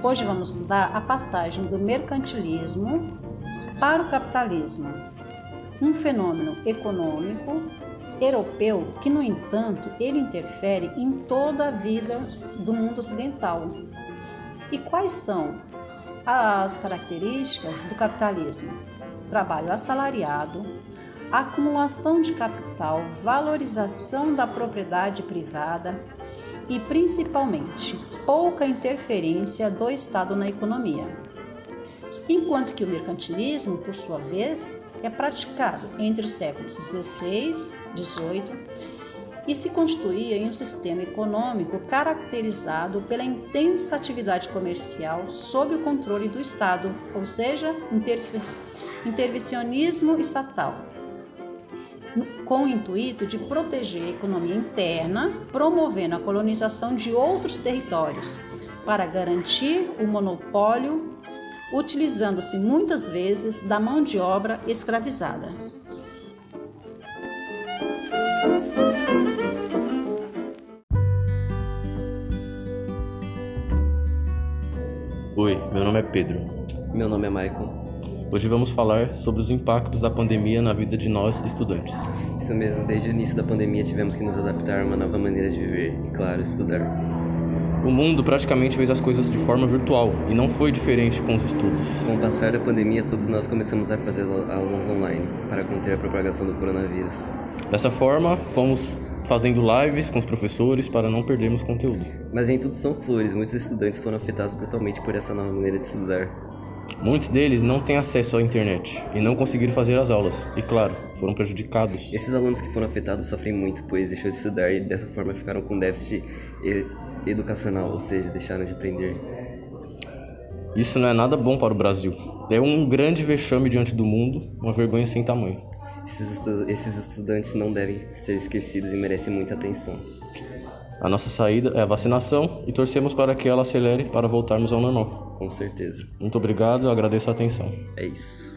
Hoje vamos estudar a passagem do mercantilismo para o capitalismo, um fenômeno econômico europeu que, no entanto, ele interfere em toda a vida do mundo ocidental. E quais são as características do capitalismo? Trabalho assalariado, acumulação de capital, valorização da propriedade privada e, principalmente, pouca interferência do Estado na economia. Enquanto que o mercantilismo, por sua vez, é praticado entre os séculos XVI e XVIII e se constituía em um sistema econômico caracterizado pela intensa atividade comercial sob o controle do Estado, ou seja, intervencionismo estatal, com o intuito de proteger a economia interna, promovendo a colonização de outros territórios, para garantir o monopólio, utilizando-se muitas vezes da mão de obra escravizada. Oi, meu nome é Pedro. Meu nome é Maicon. Hoje vamos falar sobre os impactos da pandemia na vida de nós estudantes. Isso mesmo, desde o início da pandemia tivemos que nos adaptar a uma nova maneira de viver e, claro, estudar. O mundo praticamente fez as coisas de forma virtual e não foi diferente com os estudos. Com o passar da pandemia, todos nós começamos a fazer aulas online para conter a propagação do coronavírus. Dessa forma, fomos fazendo lives com os professores para não perdermos conteúdo. Mas nem tudo são flores, muitos estudantes foram afetados brutalmente por essa nova maneira de estudar. Muitos deles não têm acesso à internet e não conseguiram fazer as aulas e, claro, foram prejudicados. Esses alunos que foram afetados sofrem muito, pois deixou de estudar e dessa forma ficaram com déficit educacional, ou seja, deixaram de aprender. Isso não é nada bom para o Brasil. É um grande vexame diante do mundo, uma vergonha sem tamanho. Esses estudantes não devem ser esquecidos e merecem muita atenção. A nossa saída é a vacinação e torcemos para que ela acelere para voltarmos ao normal. Com certeza. Muito obrigado, eu agradeço a atenção. É isso.